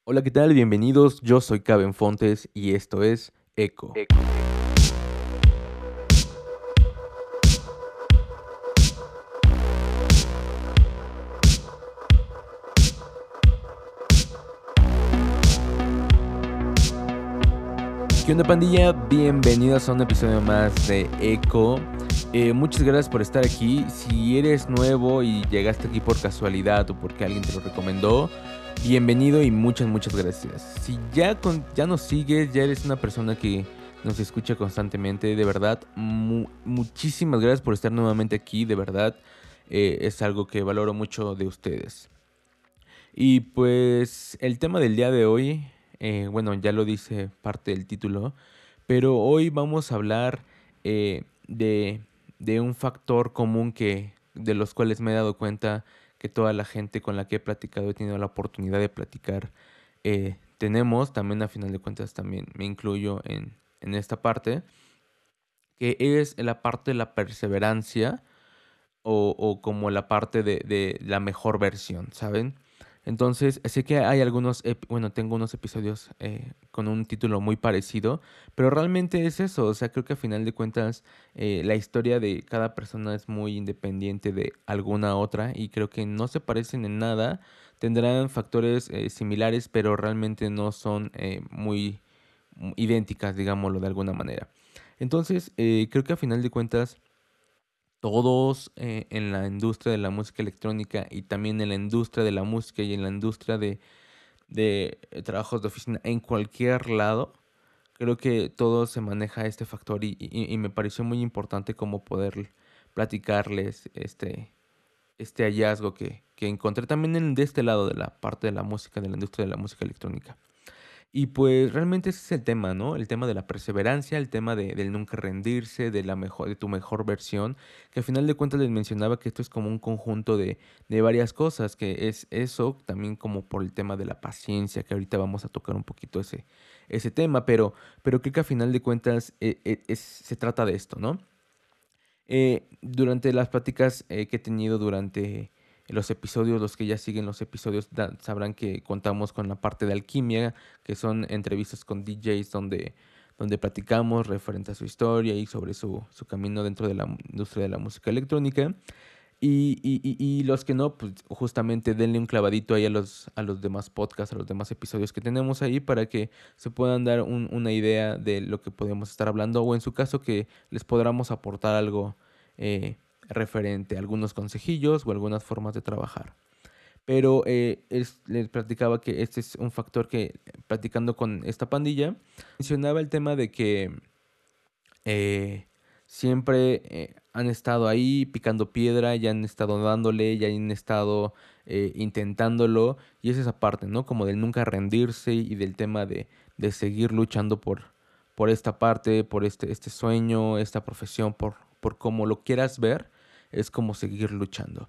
Hola, ¿qué tal? Bienvenidos. Yo soy Caben Fontes y esto es Eco. ¿Qué onda, pandilla? Bienvenidos a un episodio más de Eco. Muchas gracias por estar aquí. Si eres nuevo y llegaste aquí por casualidad o porque alguien te lo recomendó, bienvenido y muchas gracias. Si ya nos sigues, ya eres una persona que nos escucha constantemente, de verdad, muchísimas gracias por estar nuevamente aquí, de verdad. Es algo que valoro mucho de ustedes. Y pues el tema del día de hoy, bueno, ya lo dice parte del título, pero hoy vamos a hablar eh, de, de un factor común de los cuales me he dado cuenta que toda la gente con la que he platicado, he tenido la oportunidad de platicar, tenemos, también a final de cuentas también me incluyo en esta parte, que es la parte de la perseverancia o como la parte de la mejor versión, ¿saben? Entonces, sé que hay bueno, tengo unos episodios con un título muy parecido, pero realmente es eso, o sea, creo que a final de cuentas la historia de cada persona es muy independiente de alguna otra y creo que no se parecen en nada, tendrán factores similares, pero realmente no son muy idénticas, digámoslo de alguna manera. Entonces, creo que a final de cuentas todos en la industria de la música electrónica y también en la industria de la música y en la industria de trabajos de oficina, en cualquier lado, creo que todo se maneja este factor y me pareció muy importante como poder platicarles este hallazgo que encontré también de este lado de la parte de la música, de la industria de la música electrónica. Y pues realmente ese es el tema, ¿no? El tema de la perseverancia, el tema del nunca rendirse, de tu mejor versión, que al final de cuentas les mencionaba que esto es como un conjunto de varias cosas, que es eso, también como por el tema de la paciencia, que ahorita vamos a tocar un poquito ese tema, pero creo que al final de cuentas se trata de esto, ¿no? Durante las pláticas que he tenido durante los episodios, los que ya siguen los episodios sabrán que contamos con la parte de alquimia, que son entrevistas con DJs donde platicamos referente a su historia y sobre su camino dentro de la industria de la música electrónica. Y los que no, pues justamente denle un clavadito ahí a los demás podcasts, a los demás episodios que tenemos ahí para que se puedan dar una idea de lo que podemos estar hablando o en su caso que les podamos aportar algo referente, algunos consejillos o algunas formas de trabajar. Pero les platicaba que este es un factor que platicando con esta pandilla, mencionaba el tema de que eh, siempre han estado ahí picando piedra, ya han estado dándole, ya han estado intentándolo, y es esa parte, ¿no? Como del nunca rendirse y del tema de seguir luchando por esta parte, por este sueño, esta profesión, por cómo lo quieras ver, es como seguir luchando.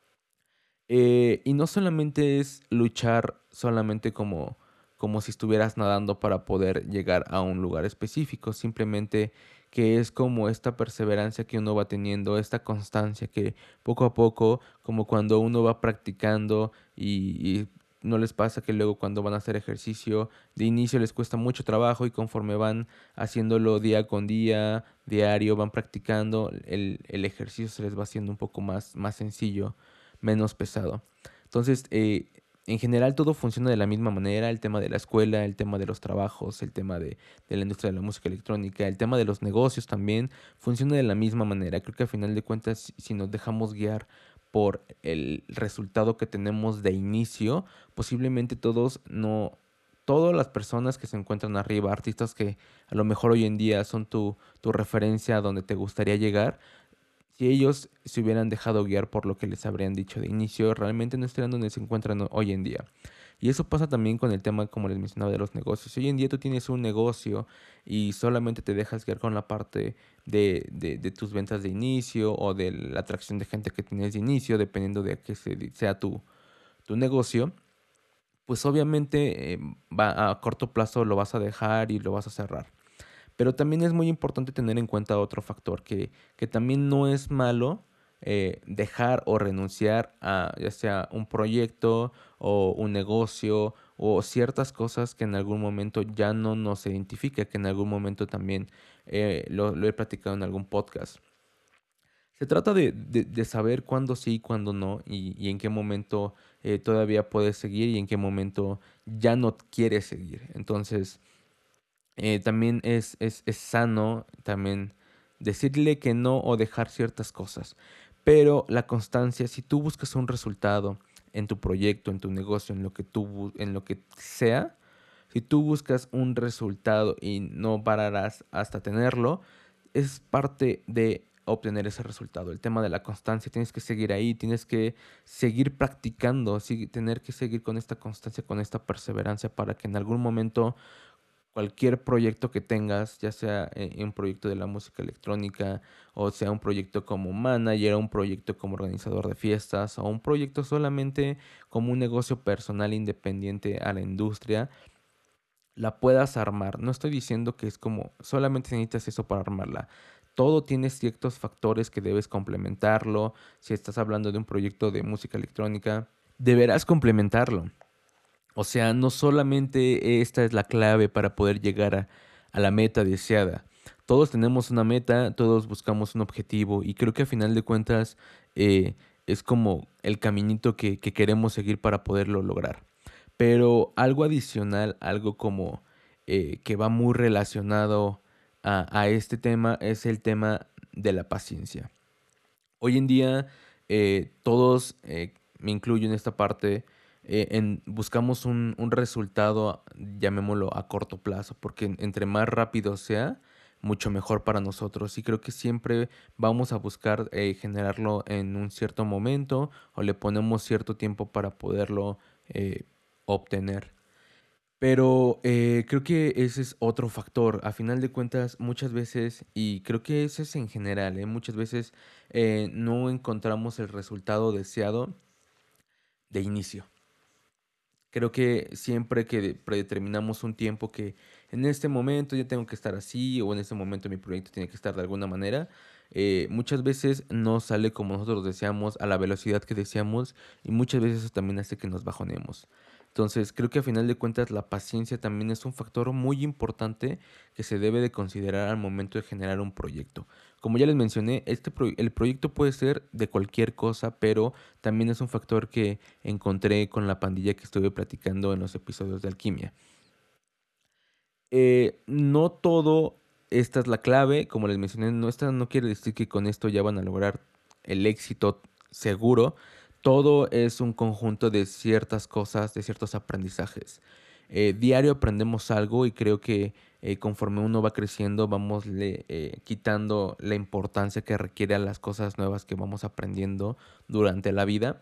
Y no solamente es luchar solamente como si estuvieras nadando para poder llegar a un lugar específico, simplemente que es como esta perseverancia que uno va teniendo, esta constancia que poco a poco, como cuando uno va practicando y no les pasa que luego cuando van a hacer ejercicio, de inicio les cuesta mucho trabajo y conforme van haciéndolo día con día, diario, van practicando, el ejercicio se les va haciendo un poco más sencillo, menos pesado. Entonces, en general todo funciona de la misma manera, el tema de la escuela, el tema de los trabajos, el tema de la industria de la música electrónica, el tema de los negocios también funciona de la misma manera. Creo que al final de cuentas, si nos dejamos guiar por el resultado que tenemos de inicio, posiblemente todas las personas que se encuentran arriba, artistas que a lo mejor hoy en día son tu referencia a donde te gustaría llegar, si ellos se hubieran dejado guiar por lo que les habrían dicho de inicio, realmente no estarían donde se encuentran hoy en día. Y eso pasa también con el tema, como les mencionaba, de los negocios. Si hoy en día tú tienes un negocio y solamente te dejas guiar con la parte de tus ventas de inicio o de la atracción de gente que tienes de inicio, dependiendo de que sea tu negocio, pues obviamente a corto plazo lo vas a dejar y lo vas a cerrar. Pero también es muy importante tener en cuenta otro factor que también no es malo, dejar o renunciar a ya sea un proyecto o un negocio o ciertas cosas que en algún momento ya no nos identifica, que en algún momento también lo he platicado en algún podcast. Se trata de saber cuándo sí y cuándo no, y en qué momento todavía puedes seguir y en qué momento ya no quieres seguir. Entonces, también es sano también decirle que no o dejar ciertas cosas. Pero la constancia, si tú buscas un resultado en tu proyecto, en tu negocio, en lo que en lo que sea, si tú buscas un resultado y no pararás hasta tenerlo, es parte de obtener ese resultado. El tema de la constancia, tienes que seguir ahí, tienes que seguir practicando, tener que seguir con esta constancia, con esta perseverancia para que en algún momento cualquier proyecto que tengas, ya sea un proyecto de la música electrónica, o sea un proyecto como manager, o un proyecto como organizador de fiestas, o un proyecto solamente como un negocio personal independiente a la industria, la puedas armar. No estoy diciendo que es como solamente necesitas eso para armarla. Todo tiene ciertos factores que debes complementarlo. Si estás hablando de un proyecto de música electrónica, deberás complementarlo. O sea, no solamente esta es la clave para poder llegar a la meta deseada. Todos tenemos una meta, todos buscamos un objetivo y creo que a final de cuentas es como el caminito que queremos seguir para poderlo lograr. Pero algo adicional, algo como que va muy relacionado a este tema es el tema de la paciencia. Hoy en día todos, me incluyo en esta parte, buscamos un resultado, llamémoslo a corto plazo, porque entre más rápido sea, mucho mejor para nosotros. Y creo que siempre vamos a buscar generarlo en un cierto momento o le ponemos cierto tiempo para poderlo obtener. Pero creo que ese es otro factor. A final de cuentas, muchas veces, y creo que eso es en general, muchas veces no encontramos el resultado deseado de inicio. Creo que siempre que predeterminamos un tiempo que en este momento ya tengo que estar así o en este momento mi proyecto tiene que estar de alguna manera, muchas veces no sale como nosotros deseamos, a la velocidad que deseamos y muchas veces eso también hace que nos bajonemos. Entonces, creo que a final de cuentas la paciencia también es un factor muy importante que se debe de considerar al momento de generar un proyecto. Como ya les mencioné, el proyecto puede ser de cualquier cosa, pero también es un factor que encontré con la pandilla que estuve platicando en los episodios de Alquimia. No todo, esta es la clave, como les mencioné, no quiere decir que con esto ya van a lograr el éxito seguro. Todo es un conjunto de ciertas cosas, de ciertos aprendizajes. Diario aprendemos algo y creo que conforme uno va creciendo vamos quitando la importancia que requiere a las cosas nuevas que vamos aprendiendo durante la vida.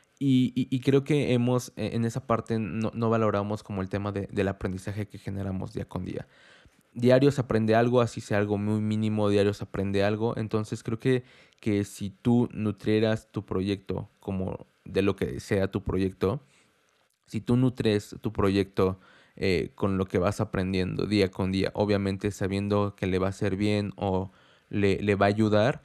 Y creo que en esa parte no valoramos como el tema del aprendizaje que generamos día con día. Diario se aprende algo, así sea algo muy mínimo, diario se aprende algo. Entonces creo que si tú nutrieras tu proyecto como de lo que sea tu proyecto, si tú nutres tu proyecto con lo que vas aprendiendo día con día, obviamente sabiendo que le va a hacer bien o le va a ayudar,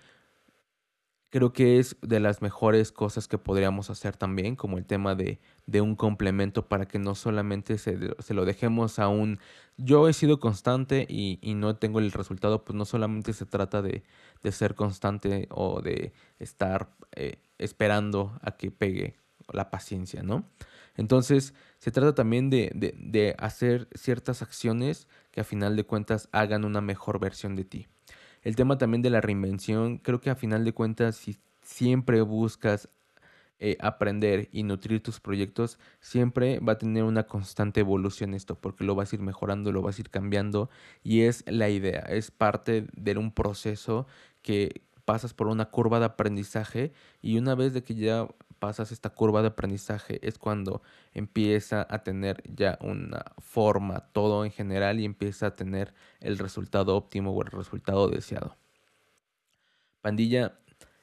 creo que es de las mejores cosas que podríamos hacer también, como el tema de un complemento para que no solamente se lo dejemos a un yo he sido constante y no tengo el resultado, pues no solamente se trata de ser constante o de estar esperando a que pegue la paciencia, ¿no? Entonces, se trata también de hacer ciertas acciones que a final de cuentas hagan una mejor versión de ti. El tema también de la reinvención, creo que a final de cuentas, si siempre buscas aprender y nutrir tus proyectos, siempre va a tener una constante evolución esto, porque lo vas a ir mejorando, lo vas a ir cambiando, y es la idea, es parte de un proceso que pasas por una curva de aprendizaje y una vez de que ya pasas esta curva de aprendizaje es cuando empieza a tener ya una forma todo en general y empieza a tener el resultado óptimo o el resultado deseado. Pandilla,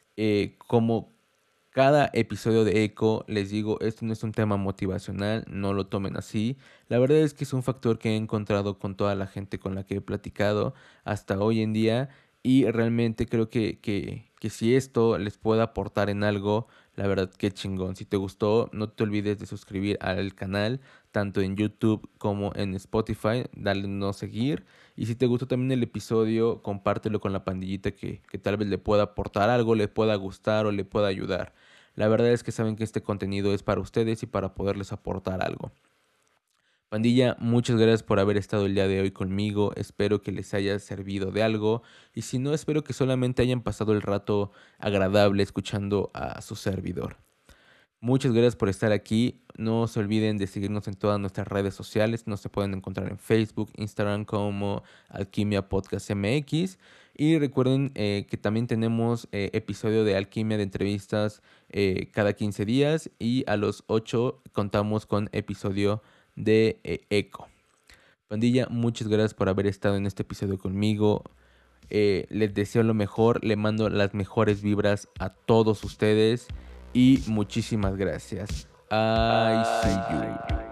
como cada episodio de Eco, les digo, esto no es un tema motivacional, no lo tomen así. La verdad es que es un factor que he encontrado con toda la gente con la que he platicado hasta hoy en día Y realmente creo que si esto les puede aportar en algo, la verdad qué chingón. Si te gustó, no te olvides de suscribir al canal, tanto en YouTube como en Spotify, dale no seguir. Y si te gustó también el episodio, compártelo con la pandillita que tal vez le pueda aportar algo, le pueda gustar o le pueda ayudar. La verdad es que saben que este contenido es para ustedes y para poderles aportar algo. Pandilla, muchas gracias por haber estado el día de hoy conmigo. Espero que les haya servido de algo. Y si no, espero que solamente hayan pasado el rato agradable escuchando a su servidor. Muchas gracias por estar aquí. No se olviden de seguirnos en todas nuestras redes sociales. Nos se pueden encontrar en Facebook, Instagram como Alquimia Podcast MX. Y recuerden que también tenemos episodio de Alquimia de entrevistas cada 15 días. Y a los 8 contamos con episodio de Eco. Pandilla, muchas gracias por haber estado en este episodio conmigo. Les deseo lo mejor, le mando las mejores vibras a todos ustedes y muchísimas gracias. I see you.